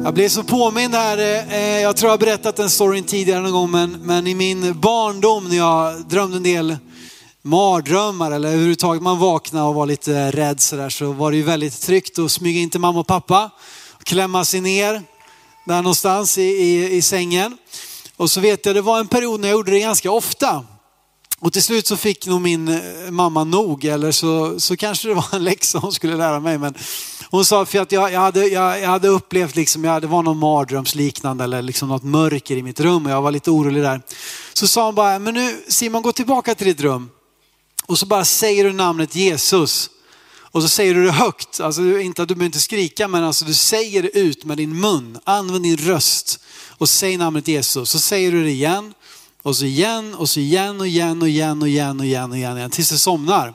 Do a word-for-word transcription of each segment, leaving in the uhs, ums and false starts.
Jag blev så påmind här, eh, jag tror jag har berättat den storyn tidigare någon gång, men, men i min barndom när jag drömde en del mardrömmar eller överhuvudtaget man vaknade och var lite rädd så där, så var det ju väldigt tryggt att smyga in till mamma och pappa och klämma sig ner där någonstans i, i, i sängen. Och så vet jag, det var en period när jag gjorde det ganska ofta. Och till slut så fick nog min mamma nog, eller så, så kanske det var en läxa hon skulle lära mig. Men hon sa, för att jag, jag, hade, jag, jag hade upplevt liksom, jag, det var någon mardrömsliknande eller liksom något mörker i mitt rum och jag var lite orolig där. Så sa hon bara, men nu Simon, gå tillbaka till ditt rum. Och så bara säger du namnet Jesus. Och så säger du det högt. Alltså inte att du behöver inte skrika, men alltså du säger det ut med din mun. Använd din röst och säg namnet Jesus. Så säger du det igen. Och så igen och så igen och igen och igen och igen och igen och igen, och igen tills du somnar.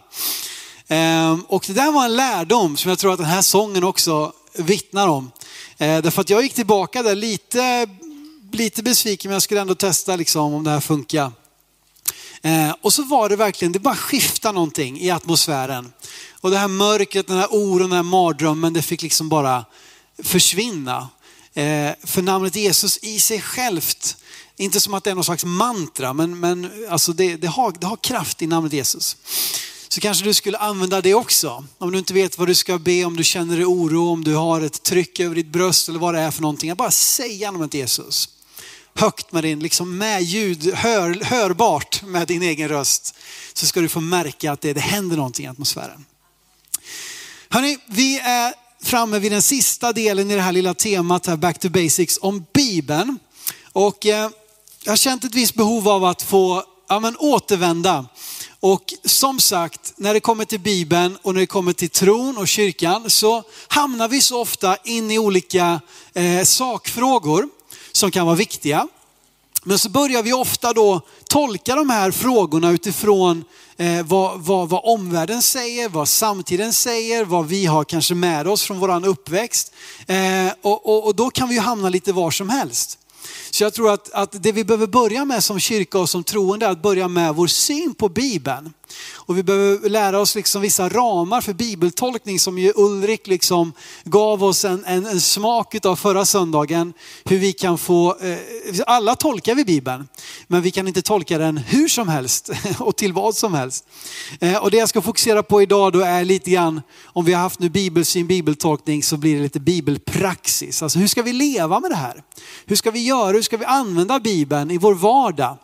Ehm, och det där var en lärdom som jag tror att den här sången också vittnar om. Ehm, därför att jag gick tillbaka där lite, lite besviken, men jag skulle ändå testa liksom om det här funkar. Ehm, och så var det verkligen, det bara skiftade någonting i atmosfären. Och det här mörkret, den här oron, den här mardrömmen, det fick liksom bara försvinna. Ehm, för namnet Jesus i sig självt, inte som att det är någon slags mantra, men, men alltså det, det, har, det har kraft i namnet Jesus. Så kanske du skulle använda det också. Om du inte vet vad du ska be, om du känner dig oro, om du har ett tryck över ditt bröst eller vad det är för någonting. Jag bara säga namnet Jesus. Högt med din, liksom med ljud, hör, hörbart med din egen röst. Så ska du få märka att det, det händer någonting i atmosfären. Hörrni, vi är framme vid den sista delen i det här lilla temat här, Back to Basics, om Bibeln. Och eh, jag har känt ett visst behov av att få ja, men, återvända. Och som sagt, när det kommer till Bibeln och när det kommer till tron och kyrkan, så hamnar vi så ofta in i olika eh, sakfrågor som kan vara viktiga. Men så börjar vi ofta då tolka de här frågorna utifrån eh, vad, vad, vad omvärlden säger, vad samtiden säger, vad vi har kanske med oss från våran uppväxt. Eh, och, och, och då kan vi ju hamna lite var som helst. Så jag tror att, att det vi behöver börja med som kyrka och som troende är att börja med vår syn på Bibeln. Och vi behöver lära oss liksom vissa ramar för bibeltolkning som ju Ulrik liksom gav oss en, en, en smak av förra söndagen. Hur vi kan få, eh, alla tolkar vi Bibeln, men vi kan inte tolka den hur som helst och till vad som helst. Eh, och det jag ska fokusera på idag då är lite grann, om vi har haft nu bibelsyn, bibeltolkning, så blir det lite bibelpraxis. Alltså hur ska vi leva med det här? Hur ska vi göra? Hur ska vi använda Bibeln i vår vardag?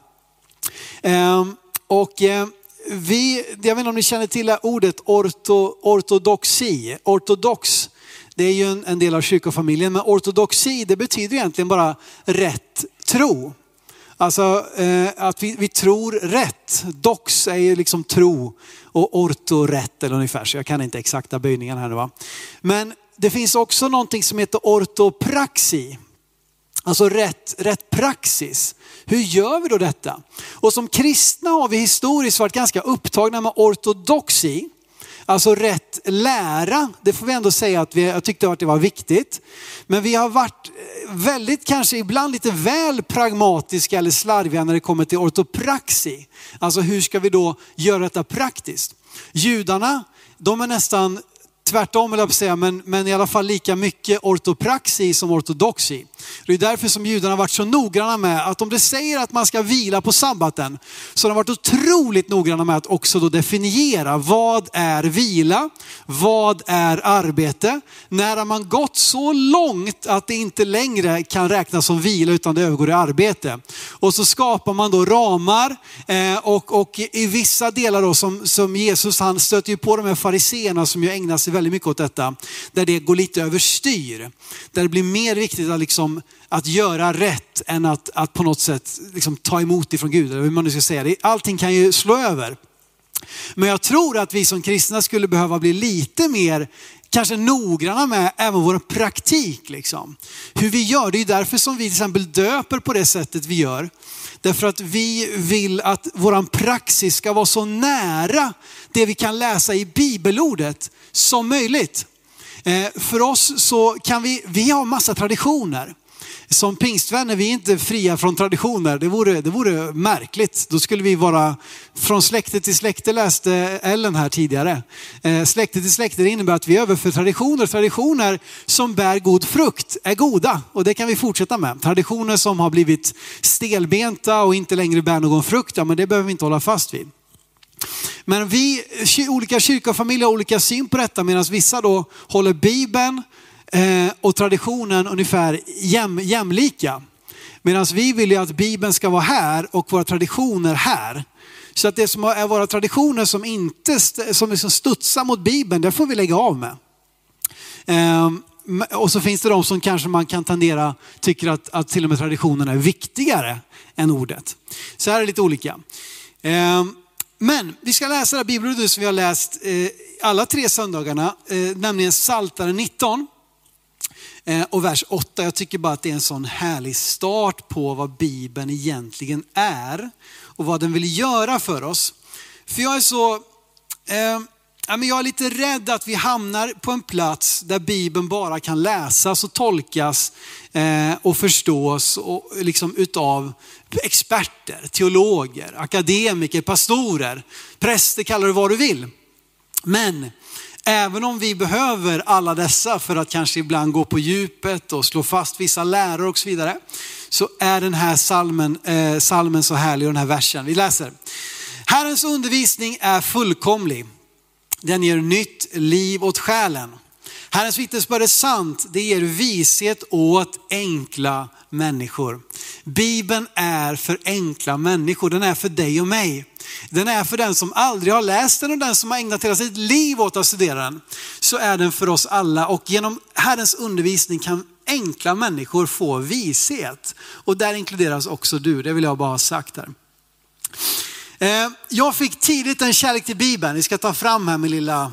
Eh, och... Eh, Vi, jag vet inte om ni känner till det ordet orto, ortodoxi. Ortodox, det är ju en, en del av kyrkofamiljen, men ortodoxi, det betyder egentligen bara rätt tro. Alltså eh, att vi, vi tror rätt. Dox är ju liksom tro och orto rätt eller ungefär, så jag kan inte exakta böjningen här nu va. Men det finns också någonting som heter ortopraxi. Alltså rätt, rätt praxis. Hur gör vi då detta? Och som kristna har vi historiskt varit ganska upptagna med ortodoxi. Alltså rätt lära. Det får vi ändå säga att vi, jag tyckte att det var viktigt. Men vi har varit väldigt, kanske ibland lite väl pragmatiska eller slarviga när det kommer till ortopraxi. Alltså hur ska vi då göra detta praktiskt? Judarna, de är nästan... Tvärtom vill jag säga, men, men i alla fall lika mycket ortopraxi som ortodoxi. Det är därför som judarna har varit så noggranna med att om det säger att man ska vila på sabbaten, så har de varit otroligt noggranna med att också då definiera vad är vila, vad är arbete. När har man gått så långt att det inte längre kan räknas som vila utan det övergår i arbete. Och så skapar man då ramar eh, och, och i vissa delar då som, som Jesus, han stöter ju på de här fariseerna som ju ägnar sig väldigt mycket åt detta, där det går lite överstyr, där det blir mer viktigt att, liksom, att göra rätt än att, att på något sätt liksom, ta emot ifrån Gud, eller hur man nu ska säga det. Allting kan ju slå över. Men jag tror att vi som kristna skulle behöva bli lite mer kanske noggranna med även vår praktik. Liksom. Hur vi gör, det är därför som vi till exempel döper på det sättet vi gör. Därför att vi vill att våran praxis ska vara så nära det vi kan läsa i bibelordet som möjligt. Eh, för oss så kan vi, vi har massa traditioner. Som pingstvänner, vi är inte fria från traditioner. Det vore, det vore märkligt. Då skulle vi vara från släkte till släkte, läste Ellen här tidigare. Eh, släkte till släkte, det innebär att vi överför traditioner. Traditioner som bär god frukt är goda. Och det kan vi fortsätta med. Traditioner som har blivit stelbenta och inte längre bär någon frukt, ja, men det behöver vi inte hålla fast vid. Men vi, olika kyrkofamiljer har olika syn på detta, medan vissa då håller Bibeln eh, och traditionen ungefär jäm, jämlika. Medan vi vill ju att Bibeln ska vara här och våra traditioner här. Så att det som är våra traditioner som inte som liksom studsar mot Bibeln, det får vi lägga av med. Eh, och så finns det de som kanske man kan tendera tycker att, att till och med traditionen är viktigare än ordet. Så här är det lite olika. Eh, Men vi ska läsa det här bibelordet som vi har läst eh, alla tre söndagarna, eh, nämligen Psaltaren nitton eh, och vers åtta. Jag tycker bara att det är en sån härlig start på vad Bibeln egentligen är och vad den vill göra för oss. För jag är så, eh, ja, men jag är lite rädd att vi hamnar på en plats där Bibeln bara kan läsas och tolkas eh, och förstås och, liksom utav experter, teologer, akademiker, pastorer, präster, kallar det vad du vill. Men även om vi behöver alla dessa för att kanske ibland gå på djupet och slå fast vissa läror och så vidare, så är den här salmen, eh, salmen så härlig och den här versen. Vi läser. Herrens undervisning är fullkomlig. Den ger nytt liv åt själen. Herrens vittnesbörd är sant. Det ger vishet åt enkla människor. Bibeln är för enkla människor. Den är för dig och mig. Den är för den som aldrig har läst den och den som har ägnat hela sitt liv åt att studera den. Så är den för oss alla. Och genom Herrens undervisning kan enkla människor få vishet. Och där inkluderas också du. Det vill jag bara ha sagt här. Jag fick tidigt en kärlek till Bibeln. Vi ska ta fram här min lilla...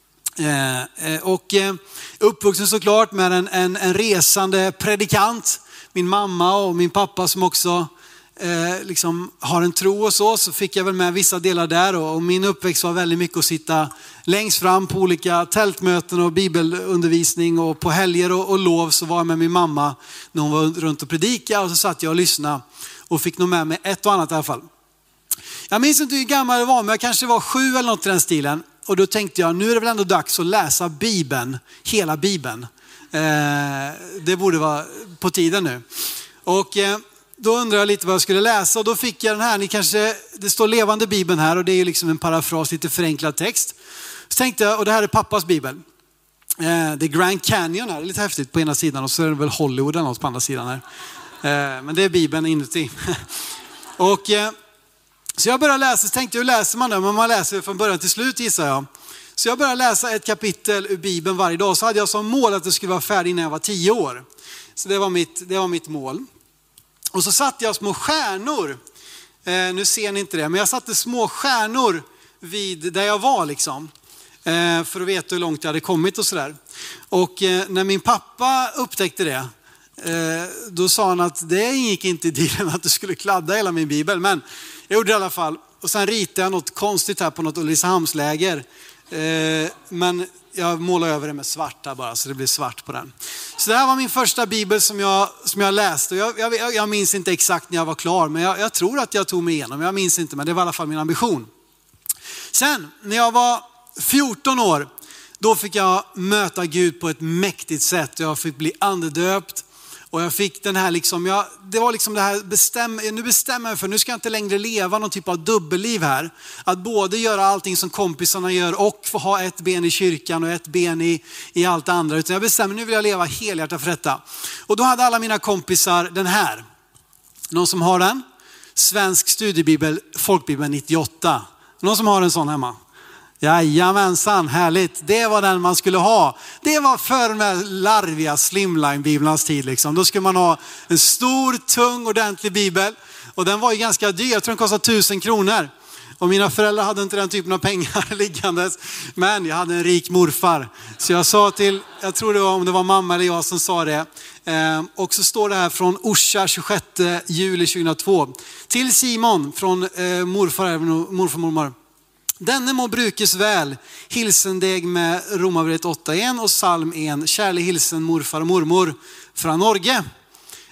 Och uppvuxen såklart med en, en, en resande predikant. Min mamma och min pappa som också eh, liksom har en tro och så. Så fick jag väl med vissa delar där. Och, och min uppväxt var väldigt mycket att sitta längst fram på olika tältmöten och bibelundervisning. Och på helger och, och lov så var jag med min mamma när hon var runt och predika. Och så satt jag och lyssnade och fick nog med mig ett och annat i alla fall. Jag minns inte hur gammal jag var, men jag kanske var sju eller något i den stilen. Och då tänkte jag, nu är det väl ändå dags att läsa Bibeln, hela Bibeln. Eh, det borde vara på tiden nu. Och eh, då undrade jag lite vad jag skulle läsa. Och då fick jag den här, ni kanske, det står levande Bibeln här. Och det är ju liksom en parafras, lite förenklad text. Så tänkte jag, och det här är pappas Bibel. Eh, det är Grand Canyon här, det är lite häftigt på ena sidan. Och så är det väl Hollywood eller något på andra sidan här. Eh, men det är Bibeln inuti. och... Eh, Så jag började läsa, så tänkte jag, hur läser man det? Men man läser från början till slut gissar jag. Så jag började läsa ett kapitel ur Bibeln varje dag. Så hade jag som mål att det skulle vara färdig när jag var tio år. Så det var mitt, det var mitt mål. Och så satte jag små stjärnor. Eh, nu ser ni inte det, men jag satte små stjärnor vid där jag var liksom. Eh, för att veta hur långt jag hade kommit och sådär. Och eh, när min pappa upptäckte det, eh, då sa han att det gick inte i dealen att du skulle kladda hela min bibel. Men jag gjorde det i alla fall. Och sen ritade jag något konstigt här på något Ulricehamnsläger. Eh, men jag målade över det med svarta bara, så det blev svart på den. Så det här var min första bibel som jag, som jag läste. Jag, jag, jag minns inte exakt när jag var klar, men jag, jag tror att jag tog mig igenom. Jag minns inte, men det var i alla fall min ambition. Sen när jag var fjorton år, då fick jag möta Gud på ett mäktigt sätt. Jag fick bli andedöpt. Och jag fick den här liksom, jag, det var liksom det här, bestäm, nu bestämmer jag för, nu ska jag inte längre leva någon typ av dubbelliv här. Att både göra allting som kompisarna gör och få ha ett ben i kyrkan och ett ben i, i allt det andra. Utan jag bestämmer, nu vill jag leva helhjärtat för detta. Och då hade alla mina kompisar den här. Någon som har den? Svensk studiebibel, folkbibeln nittioåtta. Någon som har en sån hemma? Jajamensan, härligt. Det var den man skulle ha. Det var för med larviga slimline-biblarnas tid liksom. Då skulle man ha en stor, tung, ordentlig bibel. Och den var ju ganska dyr, jag tror den kostade tusen kronor. Och mina föräldrar hade inte den typen av pengar liggandes. Men jag hade en rik morfar. Så jag sa till, jag tror det var om det var mamma eller jag som sa det. Eh, och så står det här från Orsa tjugosjätte juli tjugohundratvå. Till Simon från eh, morfar, även morfar och mormor. Denne må brukes väl, hilsendeg med Romarbrevet åtta ett och psalm ett. Kärlig hilsen morfar och mormor från Norge.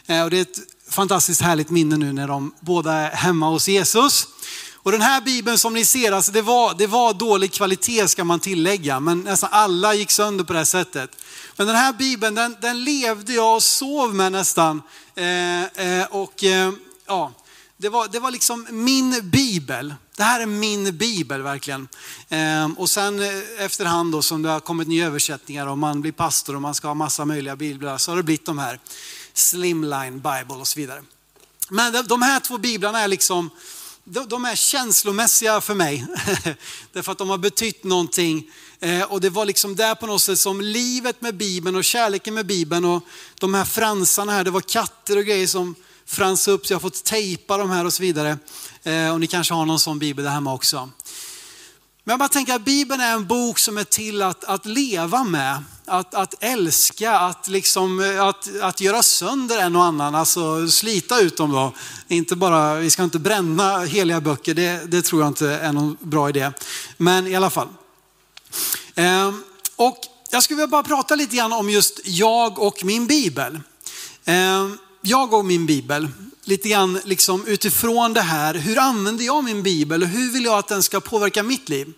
Och det är ett fantastiskt härligt minne nu när de båda är hemma hos Jesus. Och den här bibeln som ni ser, alltså det, var, det var dålig kvalitet ska man tillägga. Men nästan alla gick sönder på det här sättet. Men den här bibeln, den, den levde jag och sov med nästan. Eh, eh, och eh, ja, det var, det var liksom min bibel. Det här är min bibel verkligen. Eh, och sen eh, efterhand då som det har kommit nya översättningar och man blir pastor och man ska ha massa möjliga biblar, så har det blivit de här Slimline Bible och så vidare. Men de, de här två biblarna är liksom, de, de är känslomässiga för mig. Därför att de har betytt någonting. Eh, och det var liksom där på något sätt som livet med Bibeln och kärleken med Bibeln. Och de här fransarna här, det var katter och grejer som frans upp. Så jag har fått tejpa de här och så vidare. Eh, och ni kanske har någon sån bibel där hemma också. Men jag bara tänker att Bibeln är en bok som är till att, att leva med. Att, att älska, att, liksom, att, att göra sönder en och annan. Alltså slita ut dem då. Inte bara, vi ska inte bränna heliga böcker. Det, det tror jag inte är någon bra idé. Men i alla fall. Ehm, och jag skulle vilja bara prata lite grann om just jag och min bibel. Ehm, jag och min bibel. Lite grann liksom utifrån det här. Hur använder jag min bibel och hur vill jag att den ska påverka mitt liv?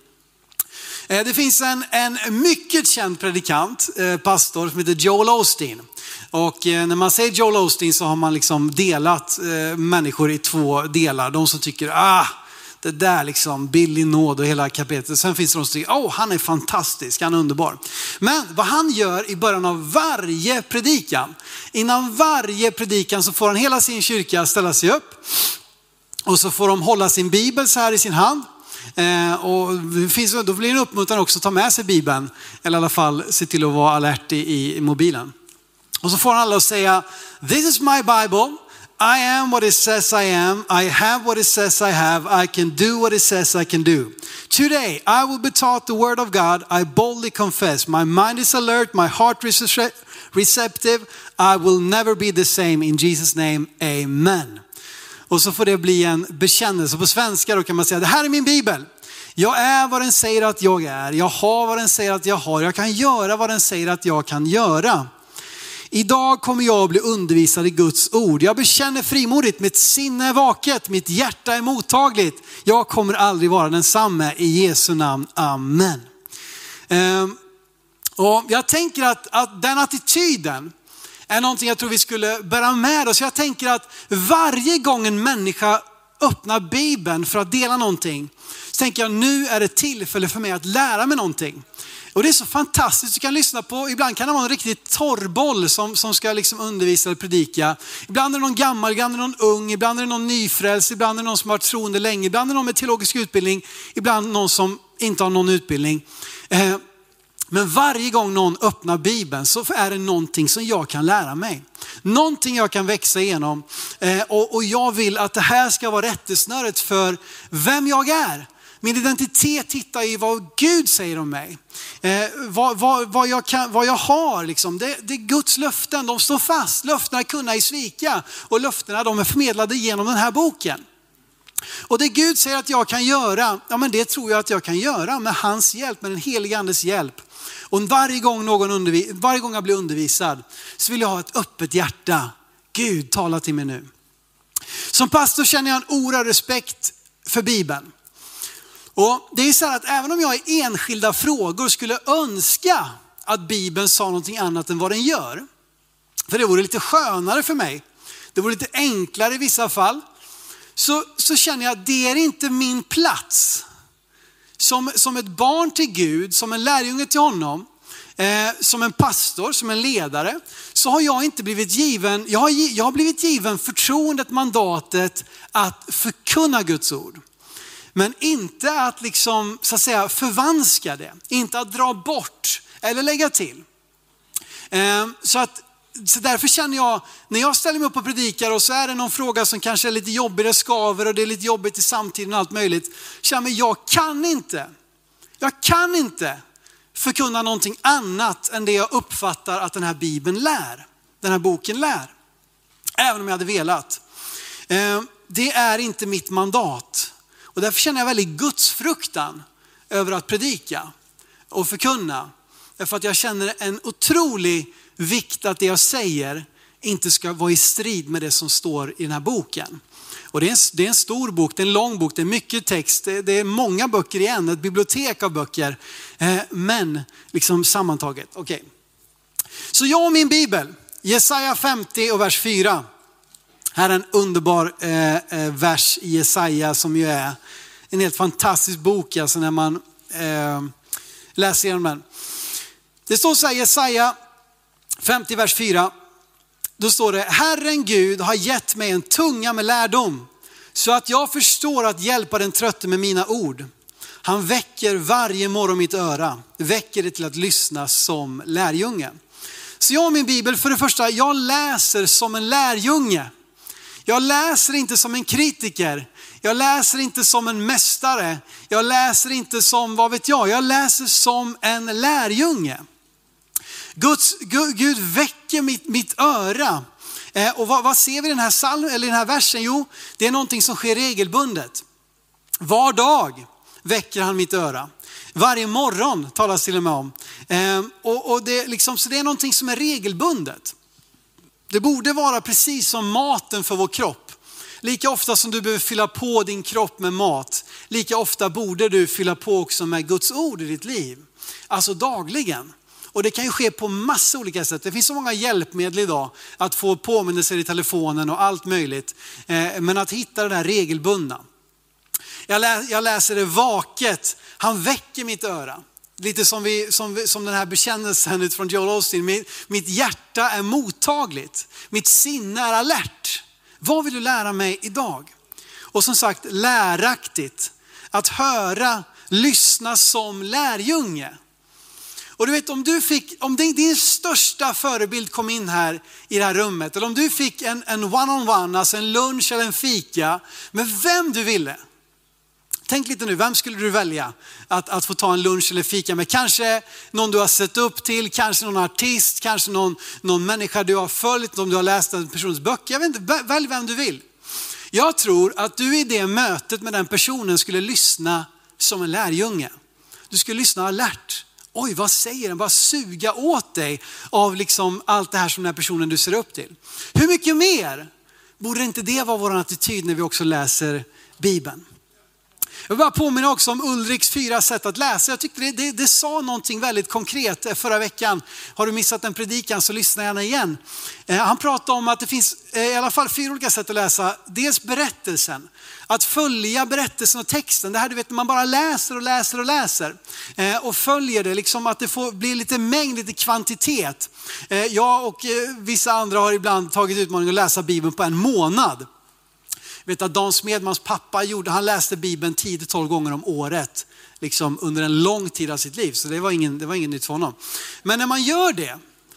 Det finns en, en mycket känd predikant, eh, pastor som heter Joel Osteen. Och eh, när man säger Joel Osteen så har man liksom delat eh, människor i två delar. De som tycker, ah, det där liksom, billig nåd och hela kapitlet. Sen finns det de som tycker, åh, oh, han är fantastisk, han är underbar. Men vad han gör i början av varje predikan, innan varje predikan så får han hela sin kyrka ställa sig upp. Och så får de hålla sin bibel så här i sin hand. Eh, och det finns, då blir det en uppmuntran också att ta med sig Bibeln. Eller i alla fall se till att vara alert i, i mobilen. Och så får han alla att säga, this is my Bible. I am what it says I am. I have what it says I have. I can do what it says I can do. Today I will be taught the word of God. I boldly confess. My mind is alert. My heart is receptive. I will never be the same. In Jesus name, amen. Och så får det bli en bekännelse. På svenska då kan man säga, det här är min bibel. Jag är vad den säger att jag är. Jag har vad den säger att jag har. Jag kan göra vad den säger att jag kan göra. Idag kommer jag att bli undervisad i Guds ord. Jag bekänner frimodigt, mitt sinne är vaket, mitt hjärta är mottagligt. Jag kommer aldrig vara densamma, i Jesu namn. Amen. Um, och jag tänker att, att den attityden är någonting jag tror vi skulle bära med oss. Jag tänker att varje gång en människa öppnar Bibeln för att dela någonting, så tänker jag, nu är det tillfälle för mig att lära mig någonting. Och det är så fantastiskt. Du kan lyssna på, ibland kan det vara en riktigt torrboll som, som ska liksom undervisa eller predika. Ibland är det någon gammal, ibland är det någon ung, ibland är det någon nyfrälst, ibland är det någon som har varit troende länge, ibland är det någon med teologisk utbildning, ibland någon som inte har någon utbildning. Eh, Men varje gång någon öppnar Bibeln så är det någonting som jag kan lära mig. Någonting jag kan växa igenom. Eh, och, och jag vill att det här ska vara rättesnöret för vem jag är. Min identitet tittar i vad Gud säger om mig. Eh, vad, vad, vad, jag kan, vad jag har. Liksom. Det, det är Guds löften, de står fast. Löftena kunna i svika. Och löftena de är förmedlade genom den här boken. Och det Gud säger att jag kan göra, ja men det tror jag att jag kan göra med hans hjälp, med den helige andes hjälp. Och varje gång, någon undervis- varje gång jag blir undervisad så vill jag ha ett öppet hjärta. Gud, tala till mig nu. Som pastor känner jag en oerhörd respekt för Bibeln. Och det är så här att även om jag i enskilda frågor skulle önska att Bibeln sa någonting annat än vad den gör. För det vore lite skönare för mig. Det vore lite enklare i vissa fall. Så, så känner jag att det är inte min plats. Som, som ett barn till Gud, som en lärjunge till honom, eh, som en pastor, som en ledare, så har jag inte blivit given, jag har, jag har blivit given förtroendet, mandatet att förkunna Guds ord. Men inte att liksom, så att säga, förvanska det, inte att dra bort eller lägga till. Eh, så att Så därför känner jag, när jag ställer mig upp och predikar och så är det någon fråga som kanske är lite jobbig, det skaver och det är lite jobbigt i samtiden och allt möjligt. Känner mig, jag kan inte, jag kan inte förkunna någonting annat än det jag uppfattar att den här Bibeln lär. Den här boken lär. Även om jag hade velat. Det är inte mitt mandat. Och därför känner jag väldigt gudsfruktan över att predika och förkunna. Därför att jag känner en otrolig vikt att det jag säger inte ska vara i strid med det som står i den här boken. Och det är en, det är en stor bok, det är en lång bok, det är mycket text, det, det är många böcker igen, ett bibliotek av böcker. Eh, men liksom sammantaget, okej. Okay. Så jag och min bibel, Jesaja femtio och vers fyra. Här är en underbar eh, eh, vers i Jesaja som ju är en helt fantastisk bok alltså när man eh, läser igenom den. Det står så här, Jesaja femtio vers fyra. Då står det, Herren Gud har gett mig en tunga med lärdom så att jag förstår att hjälpa den trötte med mina ord. Han väcker varje morgon mitt öra, väcker det till att lyssna som lärjunge. Så jag och min bibel, för det första, jag läser som en lärjunge. Jag läser inte som en kritiker. Jag läser inte som en mästare. Jag läser inte som, vad vet jag, jag läser som en lärjunge. Guds, Gud, Gud väcker mitt, mitt öra. Eh, och vad, vad ser vi i den här salmen, eller den här versen? Jo, det är någonting som sker regelbundet. Var dag väcker han mitt öra. Varje morgon talas till och med om. Eh, och, och det, liksom, så det är någonting som är regelbundet. Det borde vara precis som maten för vår kropp. Lika ofta som du behöver fylla på din kropp med mat, lika ofta borde du fylla på också med Guds ord i ditt liv. Alltså dagligen. Och det kan ju ske på massa olika sätt. Det finns så många hjälpmedel idag att få påminnelser i telefonen och allt möjligt. Men att hitta det där regelbundna. Jag, lä- jag läser det vaket. Han väcker mitt öra. Lite som, vi, som, vi, som den här bekännelsen ut från Joel Osteen. Mitt, mitt hjärta är mottagligt. Mitt sinne är alert. Vad vill du lära mig idag? Och som sagt, läraktigt. Att höra, lyssna som lärjunge. Och du vet, om du fick, om din, din största förebild kom in här i det här rummet. Eller om du fick en, en one-on-one, alltså en lunch eller en fika. Med vem du ville. Tänk lite nu, vem skulle du välja att, att få ta en lunch eller fika med? Kanske någon du har sett upp till, kanske någon artist, kanske någon, någon människa du har följt, om du har läst en persons böcker. Jag vet inte, välj vem du vill. Jag tror att du i det mötet med den personen skulle lyssna som en lärjunge. Du skulle lyssna alert. Oj, vad säger den? Bara suga åt dig av liksom allt det här som den här personen du ser upp till. Hur mycket mer borde inte det vara vår attityd när vi också läser Bibeln? Jag vill bara påminna också om Ulriks fyra sätt att läsa. Jag tyckte det, det, det sa någonting väldigt konkret förra veckan. Har du missat den predikan så lyssna gärna igen. Eh, han pratade om att det finns eh, i alla fall fyra olika sätt att läsa. Dels berättelsen. Att följa berättelsen och texten. Det här du vet, man bara läser och läser och läser. Eh, och följer det. Liksom att det får bli lite mängd, lite kvantitet. Eh, jag och eh, vissa andra har ibland tagit utmaningen att läsa Bibeln på en månad. Jag vet att Dan Smedmans pappa gjorde, han läste Bibeln tio till tolv gånger om året. Liksom under en lång tid av sitt liv. Så det var ingen, det var ingen nytt för honom. Men när man gör det,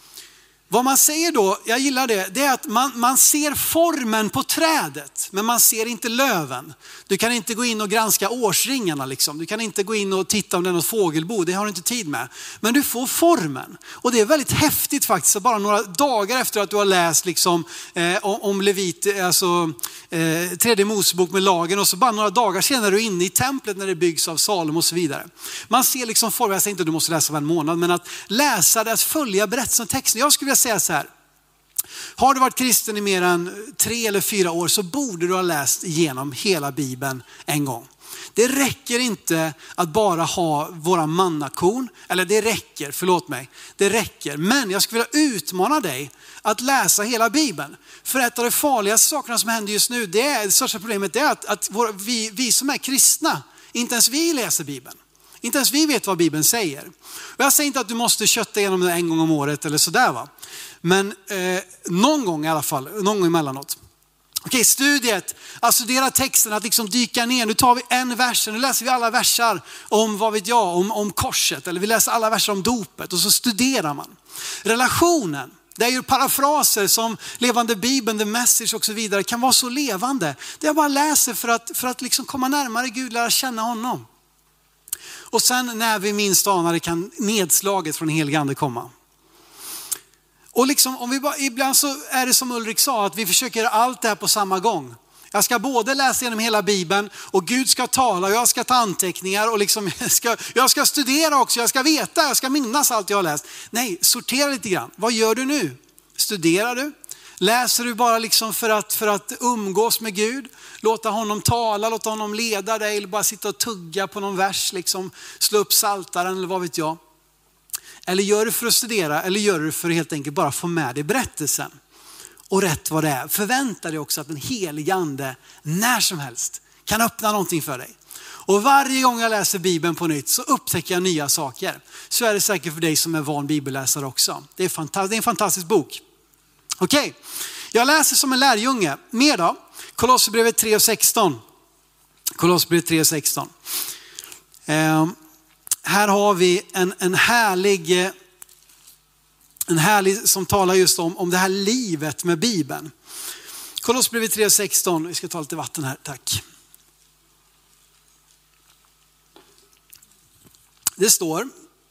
vad man säger då, jag gillar det, det är att man, man ser formen på trädet. Men man ser inte löven. Du kan inte gå in och granska årsringarna liksom. Du kan inte gå in och titta om det är något fågelbo. Det har du inte tid med. Men du får formen. Och det är väldigt häftigt faktiskt. Bara några dagar efter att du har läst liksom, eh, om Levit, alltså eh, tredje Mosebok med lagen. Och så bara några dagar senare är du inne i templet när det byggs av Salom och så vidare. Man ser liksom formen. Jag säger inte att du måste läsa var en månad. Men att läsa det, att följa berättelsen och texten. Jag skulle vilja säga så här. Har du varit kristen i mer än tre eller fyra år så borde du ha läst igenom hela Bibeln en gång. Det räcker inte att bara ha våra mannakorn. Eller det räcker, förlåt mig. Det räcker. Men jag skulle vilja utmana dig att läsa hela Bibeln. För ett av de farligaste sakerna som händer just nu, det, är, det största problemet är att, att vår, vi, vi som är kristna, inte ens vi läser Bibeln. Inte ens vi vet vad Bibeln säger. Och jag säger inte att du måste kötta igenom det en gång om året eller sådär va. Men eh, någon gång i alla fall, någon gång emellanåt. Okej, studiet, att studera texten, att liksom dyka ner. Nu tar vi en vers, nu läser vi alla versar om, vad vet jag, om, om korset. Eller vi läser alla verser om dopet och så studerar man. Relationen, det är ju parafraser som levande Bibeln, The Message och så vidare kan vara så levande. Det jag bara läser för att, för att liksom komma närmare Gud, lära känna honom. Och sen när vi minst anar det kan nedslaget från helig ande komma. Och liksom, om vi bara, ibland så är det som Ulrik sa att vi försöker göra allt det här på samma gång. Jag ska både läsa genom hela Bibeln och Gud ska tala och jag ska ta anteckningar och liksom, jag, ska, jag ska studera också, jag ska veta, jag ska minnas allt jag har läst. Nej, sortera lite grann. Vad gör du nu? Studerar du? Läser du bara liksom för att, för att umgås med Gud? Låta honom tala, låta honom leda dig, eller bara sitta och tugga på någon vers, liksom slå upp saltaren eller vad vet jag. Eller gör du för att studera, eller gör du för att helt enkelt bara få med dig berättelsen. Och rätt vad det är, förvänta dig också att den helige ande när som helst kan öppna någonting för dig. Och varje gång jag läser Bibeln på nytt så upptäcker jag nya saker. Så är det säkert för dig som är van bibelläsare också. Det är, fantast- det är en fantastisk bok. Okej, okay. Jag läser som en lärjunge. Mer då? Kolosserbrevet tre och sexton. Kolosserbrevet tre och sexton. Eh, här har vi en, en härlig... En härlig som talar just om, om det här livet med Bibeln. Kolosserbrevet tre och sexton. Vi ska ta lite vatten här, tack. Det står: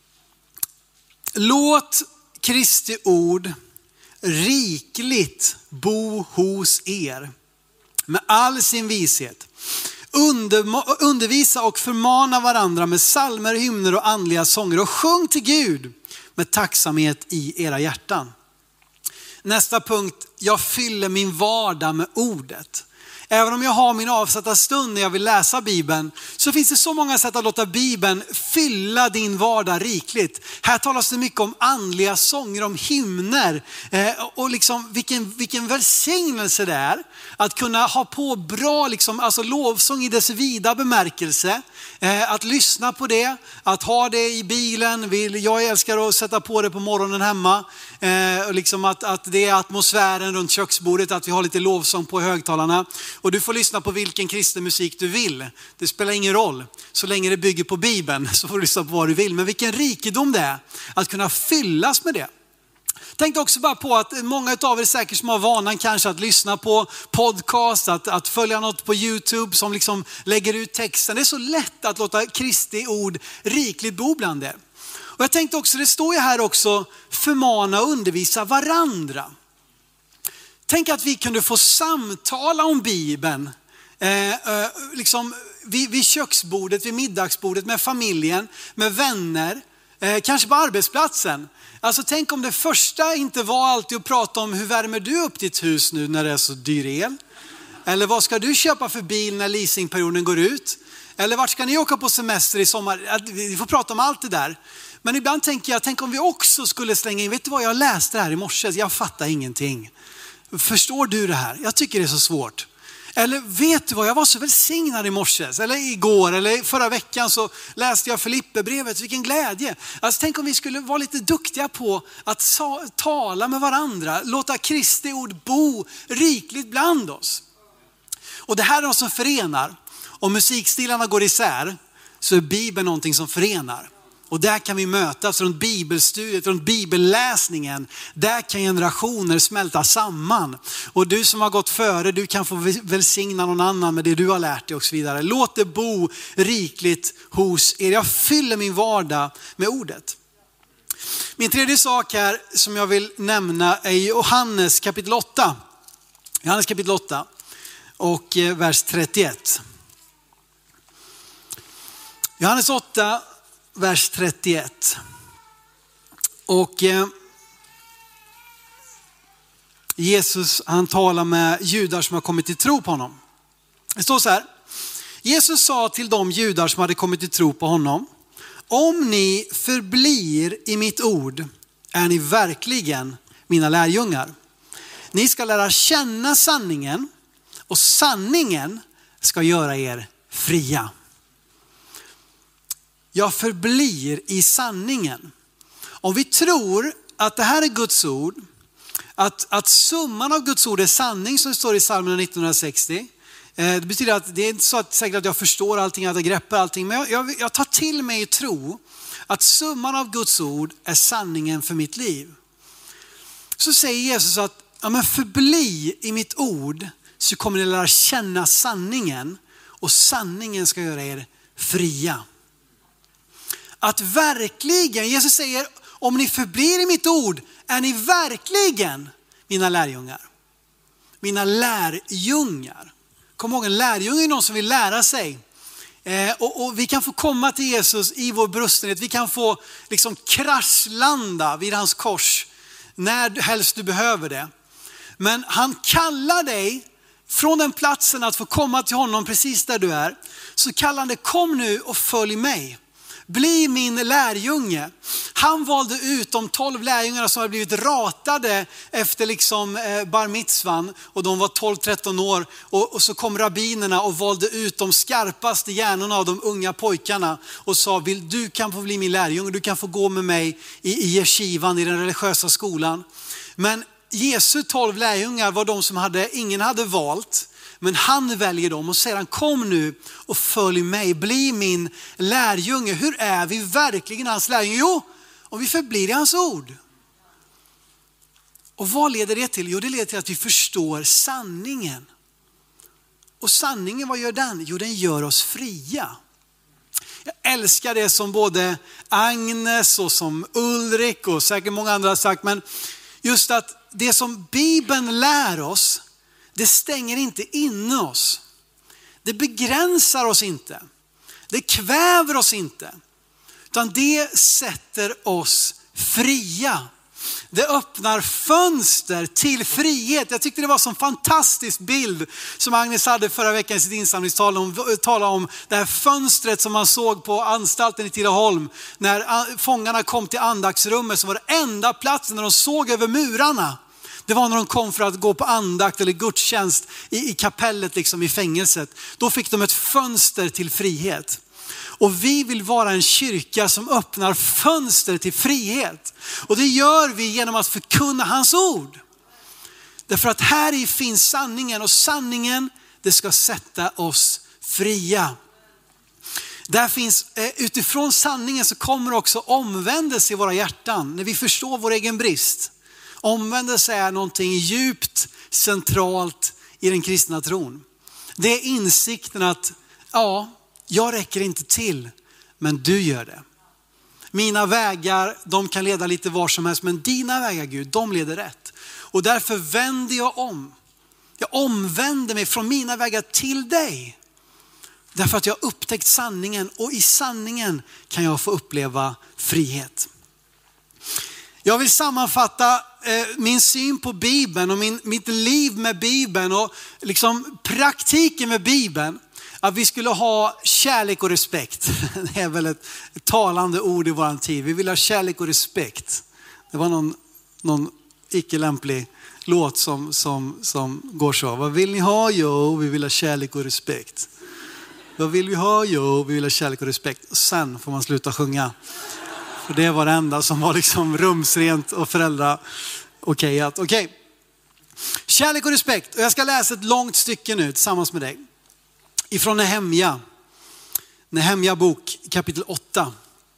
låt Kristi ord rikligt bo hos er med all sin vishet. Under, undervisa och förmana varandra med psalmer, hymner och andliga sånger, och sjung till Gud med tacksamhet i era hjärtan. Nästa punkt, jag fyller min vardag med ordet. Även om jag har min avsatta stund när jag vill läsa Bibeln, så finns det så många sätt att låta Bibeln fylla din vardag rikligt. Här talas det mycket om andliga sånger, om hymner. Eh, och liksom vilken, vilken välsignelse det är att kunna ha på bra liksom, alltså lovsång i dess vida bemärkelse. Eh, att lyssna på det, att ha det i bilen. Vill, jag älskar att sätta på det på morgonen hemma. Eh, och liksom att, att det är atmosfären runt köksbordet, att vi har lite lovsång på högtalarna. Och du får lyssna på vilken kristen musik du vill. Det spelar ingen roll. Så länge det bygger på Bibeln så får du lyssna på vad du vill. Men vilken rikedom det är att kunna fyllas med det. Tänk också bara på att många av er säkert som har vanan kanske att lyssna på podcast, att, att följa något på YouTube som liksom lägger ut texten. Det är så lätt att låta Kristi ord rikligt bo bland er. Och jag tänkte också, det står ju här också, förmana och undervisa varandra. Tänk att vi kunde få samtala om Bibeln eh, eh, liksom vid, vid köksbordet, vid middagsbordet, med familjen, med vänner, eh, kanske på arbetsplatsen. Alltså tänk om det första inte var alltid att prata om hur värmer du upp ditt hus nu när det är så dyr el? Eller vad ska du köpa för bil när leasingperioden går ut? Eller vart ska ni åka på semester i sommar? Vi får prata om allt det där. Men ibland tänker jag, tänk om vi också skulle slänga in, vet du vad, jag läste det här i morse, jag fattar ingenting. Förstår du det här? Jag tycker det är så svårt. Eller vet du vad, jag var så välsignad i morse. Eller igår eller förra veckan så läste jag Filipperbrevet. Vilken glädje. Alltså tänk om vi skulle vara lite duktiga på att sa- tala med varandra. Låta Kristi ord bo rikligt bland oss. Och det här är något som förenar. Om musikstilarna går isär så är Bibeln någonting som förenar. Och där kan vi mötas runt bibelstudiet, runt bibelläsningen. Där kan generationer smälta samman. Och du som har gått före, du kan få välsigna någon annan med det du har lärt dig och så vidare. Låt det bo rikligt hos er. Jag fyller min vardag med ordet. Min tredje sak här som jag vill nämna är Johannes kapitel åtta. Johannes kapitel åtta och vers trettioett. Johannes åtta. Vers trettioett. Och eh, Jesus, han talar med judar som har kommit till tro på honom. Det står så här: Jesus sa till de judar som hade kommit till tro på honom: om ni förblir i mitt ord är ni verkligen mina lärjungar. Ni ska lära känna sanningen och sanningen ska göra er fria. Jag förblir i sanningen. Om vi tror att det här är Guds ord, att, att summan av Guds ord är sanning, som det står i Psalmen nittonhundrasextio. Eh, det betyder att det är inte så att, säkert att jag förstår allting, att jag greppar allting. Men jag, jag, jag tar till mig i tro att summan av Guds ord är sanningen för mitt liv. Så säger Jesus att ja, men förbli i mitt ord så kommer ni lära känna sanningen. Och sanningen ska göra er fria. Att verkligen, Jesus säger, om ni förblir i mitt ord är ni verkligen mina lärjungar. Mina lärjungar. Kom ihåg, en lärjunge är någon som vill lära sig. Eh, och, och vi kan få komma till Jesus i vår brustenhet. Vi kan få liksom kraschlanda vid hans kors när helst du behöver det. Men han kallar dig från den platsen att få komma till honom precis där du är. Så kallar han dig, kom nu och följ mig. Bli min lärjunge. Han valde ut de tolv lärjungarna som hade blivit ratade efter liksom eh, bar mitzvan. Och de var tolv tretton år. Och, och så kom rabbinerna och valde ut de skarpaste hjärnorna av de unga pojkarna. Och sa, vill, du kan få bli min lärjunge. Du kan få gå med mig i, i yeshivan, i den religiösa skolan. Men Jesu tolv lärjungar var de som hade, ingen hade valt. Men han väljer dem och säger han, kom nu och följ mig, bli min lärjunge. Hur är vi verkligen hans lärjunge? Jo, om vi förblir i hans ord. Och vad leder det till? Jo, det leder till att vi förstår sanningen. Och sanningen, vad gör den? Jo, den gör oss fria. Jag älskar det som både Agnes och som Ulrik och säkert många andra har sagt. Men just att det som Bibeln lär oss, det stänger inte in oss. Det begränsar oss inte. Det kväver oss inte. Utan det sätter oss fria. Det öppnar fönster till frihet. Jag tyckte det var en sån fantastisk bild som Agnes hade förra veckan i sitt insamlingstal. Hon talade om det här fönstret som man såg på anstalten i Tidaholm. När fångarna kom till andaktsrummet så var det enda platsen när de såg över murarna. Det var när de kom för att gå på andakt eller gudstjänst i, i kapellet liksom i fängelset. Då fick de ett fönster till frihet. Och vi vill vara en kyrka som öppnar fönster till frihet. Och det gör vi genom att förkunna hans ord. Därför att här i finns sanningen, och sanningen, det ska sätta oss fria. Där finns, utifrån sanningen så kommer också omvändelse i våra hjärtan. När vi förstår vår egen brist. Omvändelse är någonting djupt centralt i den kristna tron. Det är insikten att ja, jag räcker inte till, men du gör det. Mina vägar, de kan leda lite var som helst, men dina vägar Gud, de leder rätt. Och därför vänder jag om. Jag omvänder mig från mina vägar till dig. Därför att jag har upptäckt sanningen, och i sanningen kan jag få uppleva frihet. Jag vill sammanfatta eh, min syn på Bibeln och min, mitt liv med Bibeln och liksom praktiken med Bibeln. Att vi skulle ha kärlek och respekt. Det är väl ett, ett talande ord i våran tid. Vi vill ha kärlek och respekt. Det var någon, någon icke lämplig låt som, som, som går så. Vad vill ni ha? Jo, vi vill ha kärlek och respekt. Vad vill vi ha? Jo, vi vill ha kärlek och respekt. Och sen får man sluta sjunga. För det var det enda som var liksom rumsrent och föräldrar okej att okej. Okay. Kärlek och respekt. Och jag ska läsa ett långt stycke nu tillsammans med dig. Ifrån Nehemja. Nehemja bok kapitel åtta.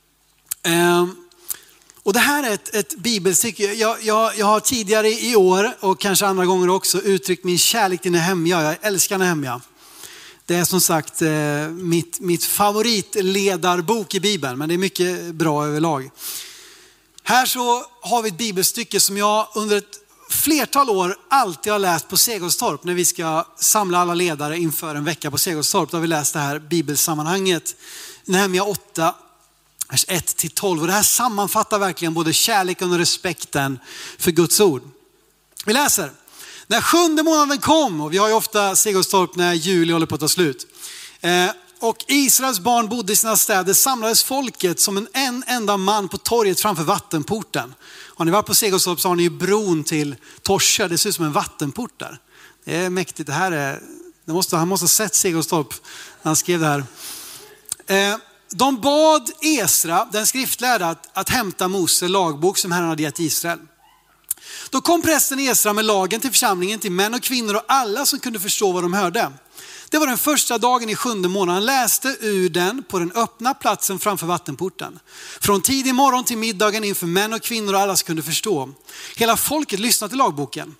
Ehm, och det här är ett, ett bibelstycke. Jag, jag, jag har tidigare i år och kanske andra gånger också uttryckt min kärlek till Nehemja. Jag älskar Nehemja. Det är som sagt eh, mitt, mitt favoritledarbok i Bibeln, men det är mycket bra överlag. Här så har vi ett bibelstycke som jag under ett flertal år alltid har läst på Segelstorp när vi ska samla alla ledare inför en vecka på Segelstorp. Då har vi läst det här bibelsammanhanget. Nehemja åtta, vers ett till tolv. Och det här sammanfattar verkligen både kärleken och respekten för Guds ord. Vi läser. När sjunde månaden kom, och vi har ju ofta Segelstorp när juli håller på att ta slut. Eh, och Israels barn bodde i sina städer, samlades folket som en, en enda man på torget framför vattenporten. Har ni varit på Segelstorp så har ni ju bron till Torsa, det ser ut som en vattenport där. Det är mäktigt, det här är, det måste, han måste ha sett Segelstorp när han skrev det här. Eh, de bad Esra, den skriftlärda, att, att hämta Mose lagbok som Herren hade gett Israel. Då kom prästen Esra med lagen till församlingen, till män och kvinnor och alla som kunde förstå vad de hörde. Det var den första dagen i sjunde månaden. Han läste ur den på den öppna platsen framför vattenporten. Från tidig morgon till middagen inför män och kvinnor och alla som kunde förstå. Hela folket lyssnade till lagboken.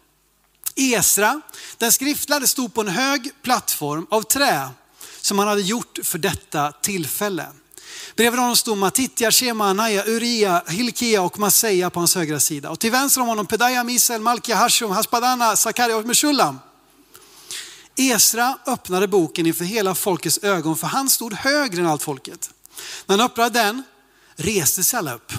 Esra, den skriftlärde, stod på en hög plattform av trä som han hade gjort för detta tillfälle. Bredvid honom stod Matitja, Shema, Anaja, Uria, Hilkia och Maseja på hans högra sida. Och till vänster om honom Pedaja, Misael, Malkia, Hashum, Haspadana, Sakaria och Meshulam. Esra öppnade boken inför hela folkets ögon, för han stod högre än allt folket. När han öppnade den reste sig alla upp.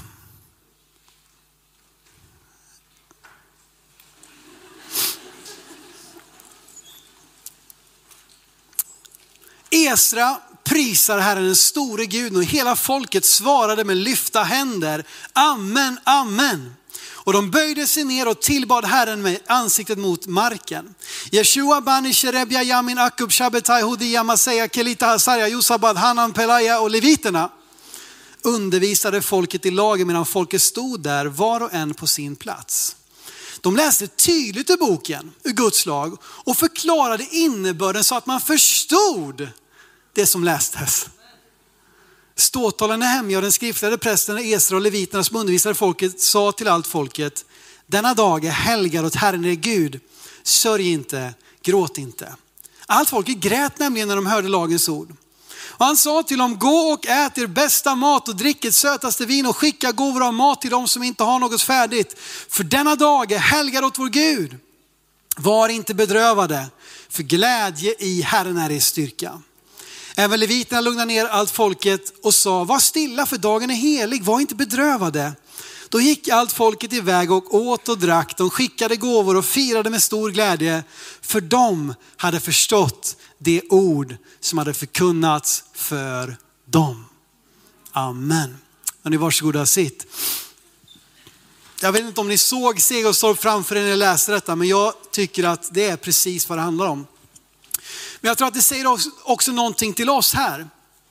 Esra prisar Herren den store Guden och hela folket svarade med lyfta händer. Amen, amen. Och de böjde sig ner och tillbad Herren med ansiktet mot marken. Yeshua bani sherebia yamin akub shabetai hudia maseya kelita hasaria yusabad hanan pelaya och leviterna undervisade folket i lagen medan folket stod där var och en på sin plats. De läste tydligt ur boken, ur Guds lag, och förklarade innebörden så att man förstod det som lästes. Ståthållaren Nehemja och den skriftade prästen Esra och leviterna som undervisade folket sa till allt folket: denna dag är helgad åt Herren er Gud. Sörj inte, gråt inte. Allt folket grät nämligen när de hörde lagens ord. Och han sa till dem: gå och ät er bästa mat och drick ett sötaste vin och skicka gåvor av mat till dem som inte har något färdigt. För denna dag är helgad åt vår Gud. Var inte bedrövade, för glädje i Herren är er styrka. Även leviterna lugnade ner allt folket och sa: var stilla, för dagen är helig, var inte bedrövade. Då gick allt folket iväg och åt och drack. De skickade gåvor och firade med stor glädje, för de hade förstått det ord som hade förkunnats för dem. Amen. Och ni varsågoda, sitt. Jag vet inte om ni såg Segerstorp framför er när ni läste detta, men jag tycker att det är precis vad det handlar om. Men jag tror att det säger också, också någonting till oss här.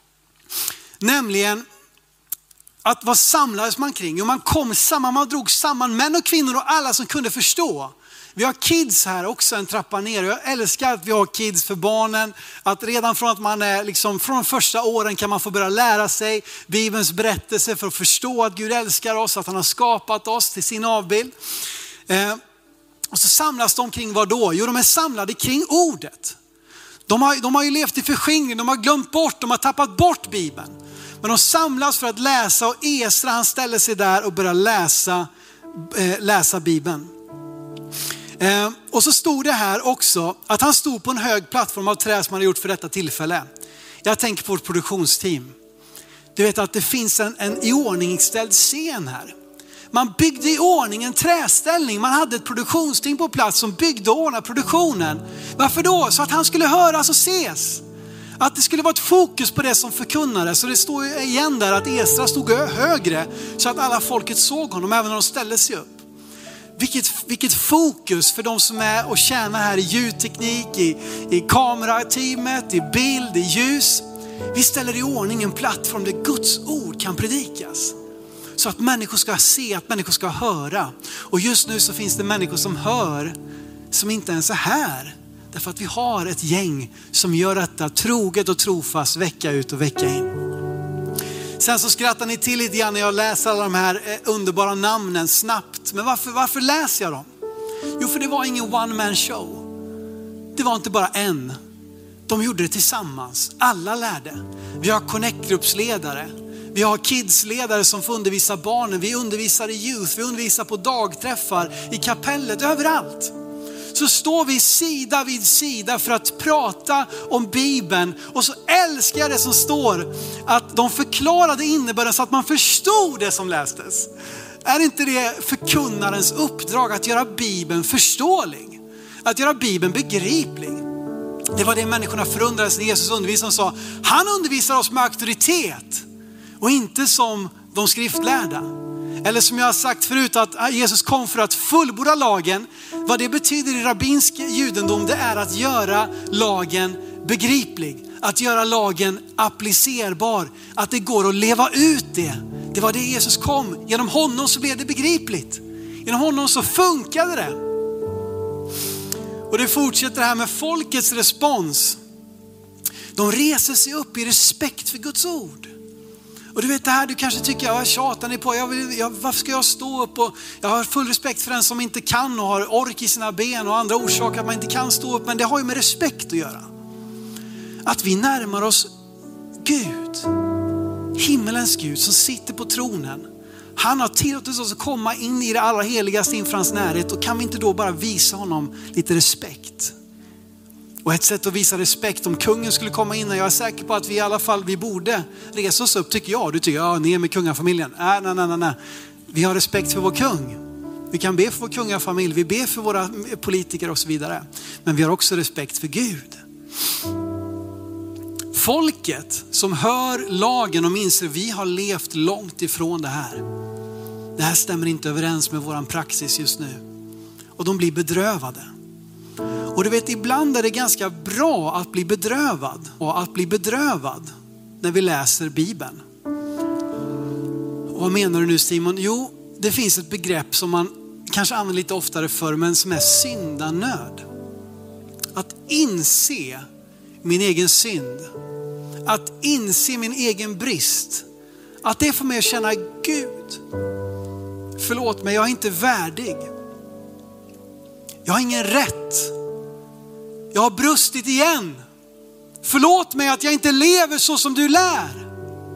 Nämligen att vad samlades man kring? Jo, man kom samman, man drog samman män och kvinnor och alla som kunde förstå. Vi har kids här också, en trappa ner. Jag älskar att vi har kids för barnen. Att redan från att man är liksom, från första åren kan man få börja lära sig Bibelns berättelse för att förstå att Gud älskar oss, att han har skapat oss till sin avbild. Eh, och så samlas de kring vad då? Jo, de är samlade kring ordet. De har, de har ju levt i förskingring, de har glömt bort, de har tappat bort Bibeln. Men de samlas för att läsa, och Esra han ställer sig där och börjar läsa, eh, läsa Bibeln. Eh, och så stod det här också att han stod på en hög plattform av trä som han hade gjort för detta tillfälle. Jag tänker på ett produktionsteam. Du vet att det finns en, en iordningställd scen här. Man byggde i ordning en träställning. Man hade ett produktionsteam på plats som byggde och ordnade produktionen. Varför då? Så att han skulle höras och ses. Att det skulle vara ett fokus på det som förkunnades. Så det står ju igen där att Esra stod högre så att alla folket såg honom även när de ställde sig upp. Vilket, vilket fokus för de som är och tjänar här i ljudteknik, i, i kamerateamet, i bild, i ljus. Vi ställer i ordning en plattform där Guds ord kan predikas. Så att människor ska se, att människor ska höra. Och just nu så finns det människor som hör som inte ens är här. Därför att vi har ett gäng som gör detta troget och trofast vecka ut och vecka in. Sen så skrattar ni till lite grann när jag läser alla de här underbara namnen snabbt. Men varför, varför läser jag dem? Jo, för det var ingen one man show. Det var inte bara en. De gjorde det tillsammans. Alla lärde. Vi har connect-gruppsledare. Vi har kidsledare som får undervisa barnen. Vi undervisar i youth. Vi undervisar på dagträffar, i kapellet, överallt. Så står vi sida vid sida för att prata om Bibeln. Och så älskar jag det som står att de förklarade innebörden så att man förstod det som lästes. Är inte det förkunnarens uppdrag att göra Bibeln förståelig? Att göra Bibeln begriplig? Det var det människorna förundrades när Jesus undervisade och sa: han undervisar oss med auktoritet och inte som de skriftlärda. Eller som jag har sagt förut, att Jesus kom för att fullborda lagen. Vad det betyder i rabbinsk judendom, det är att göra lagen begriplig. Att göra lagen applicerbar. Att det går att leva ut det. Det var det Jesus kom. Genom honom så blev det begripligt. Genom honom så funkade det. Och det fortsätter här med folkets respons. De reser sig upp i respekt för Guds ord. Och du vet det här, du kanske tycker, jag tjatar ni på, jag vill, jag, varför ska jag stå upp? Och jag har full respekt för den som inte kan och har ork i sina ben och andra orsaker att man inte kan stå upp. Men det har ju med respekt att göra. Att vi närmar oss Gud, himmelens Gud som sitter på tronen. Han har tillåtit oss att komma in i det allra heligaste inför hans närhet. Och kan vi inte då bara visa honom lite respekt? Och ett sätt att visa respekt, om kungen skulle komma in, och jag är säker på att vi i alla fall, vi borde resa oss upp, tycker jag. Du tycker, ja, ner med kungafamiljen. Nej, nej, nej, nej. Vi har respekt för vår kung. Vi kan be för vår kungafamilj, vi ber för våra politiker och så vidare. Men vi har också respekt för Gud. Folket som hör lagen och inser vi har levt långt ifrån det här. Det här stämmer inte överens med våran praxis just nu. Och de blir bedrövade. Och du vet, ibland är det ganska bra att bli bedrövad. Och att bli bedrövad när vi läser Bibeln. Och vad menar du nu, Simon? Jo, det finns ett begrepp som man kanske använder lite oftare för, men som är syndanöd. Att inse min egen synd. Att inse min egen brist. Att det får mig att känna, Gud, förlåt mig, jag är inte värdig. Jag har ingen rätt. Jag har brustit igen. Förlåt mig att jag inte lever så som du lär.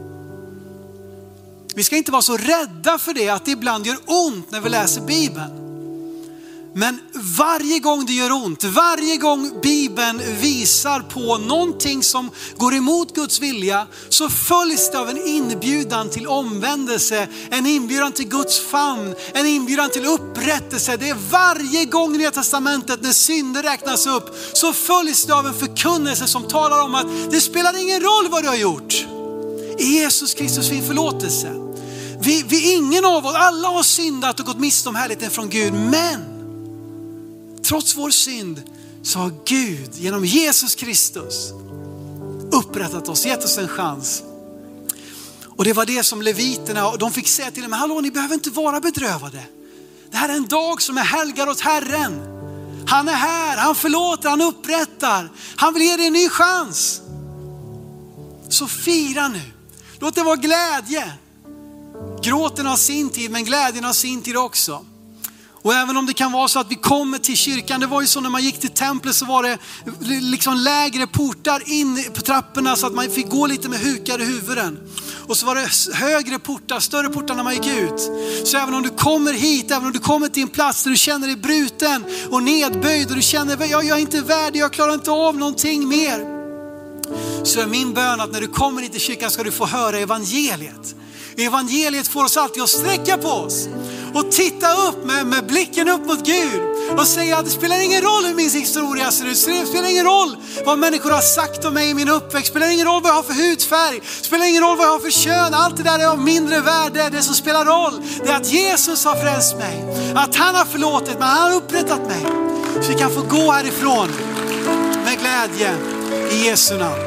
Vi ska inte vara så rädda för det, att det ibland gör ont när vi läser Bibeln. Men varje gång det gör ont, varje gång Bibeln visar på någonting som går emot Guds vilja, så följs det av en inbjudan till omvändelse, en inbjudan till Guds famn, en inbjudan till upprättelse. Det är varje gång i Nya testamentet när synder räknas upp, så följs det av en förkunnelse som talar om att det spelar ingen roll vad du har gjort. I Jesus Kristus finns förlåtelse. Vi, vi ingen av oss, alla har syndat och gått miste om härligheten från Gud, men trots vår synd så har Gud genom Jesus Kristus upprättat oss, gett oss en chans. Och det var det som leviterna, de fick säga till dem, hallå, ni behöver inte vara bedrövade. Det här är en dag som är helgad åt Herren. Han är här, han förlåter, han upprättar. Han vill ge dig en ny chans. Så fira nu. Låt det vara glädje. Gråten har sin tid, men glädjen har sin tid också. Och även om det kan vara så att vi kommer till kyrkan, det var ju så när man gick till templet så var det liksom lägre portar in på trapporna så att man fick gå lite med hukade huvuden. Och så var det högre portar, större portar när man gick ut. Så även om du kommer hit, även om du kommer till en plats där du känner dig bruten och nedböjd och du känner att jag, jag är inte värdig, jag klarar inte av någonting mer. Så är min bön att när du kommer hit till kyrkan ska du få höra evangeliet. Evangeliet får oss alltid att sträcka på oss och titta upp med, med blicken upp mot Gud och säga att det spelar ingen roll hur min historia ser ut. Det spelar ingen roll vad människor har sagt om mig i min uppväxt. Det spelar ingen roll vad jag har för hudfärg. Det spelar ingen roll vad jag har för kön. Allt det där är av mindre värde. Det som spelar roll det är att Jesus har frälst mig. Att han har förlåtit mig. Han har upprättat mig. Så vi kan få gå härifrån med glädje i Jesu namn.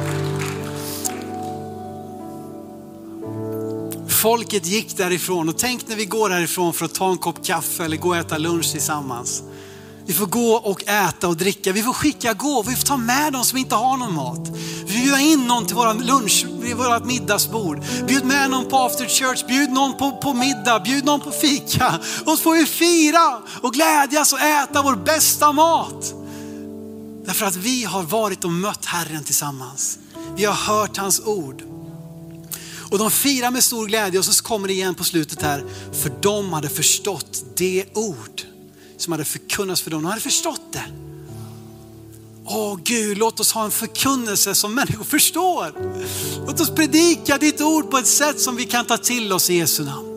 Folket gick därifrån och tänk när vi går därifrån för att ta en kopp kaffe eller gå och äta lunch tillsammans. Vi får gå och äta och dricka. Vi får skicka gåvor. Vi får ta med dem som inte har någon mat. Vi bjuder in någon till våran lunch, vårat middagsbord. Bjud med någon på after church. Bjud någon på, på middag. Bjud någon på fika. Och så får vi fira och glädjas och äta vår bästa mat. Därför att vi har varit och mött Herren tillsammans. Vi har hört hans ord. Och de firar med stor glädje och så kommer det igen på slutet här. För de hade förstått det ord som hade förkunnats för dem. De hade förstått det. Åh Gud, låt oss ha en förkunnelse som människor förstår. Låt oss predika ditt ord på ett sätt som vi kan ta till oss i Jesu namn.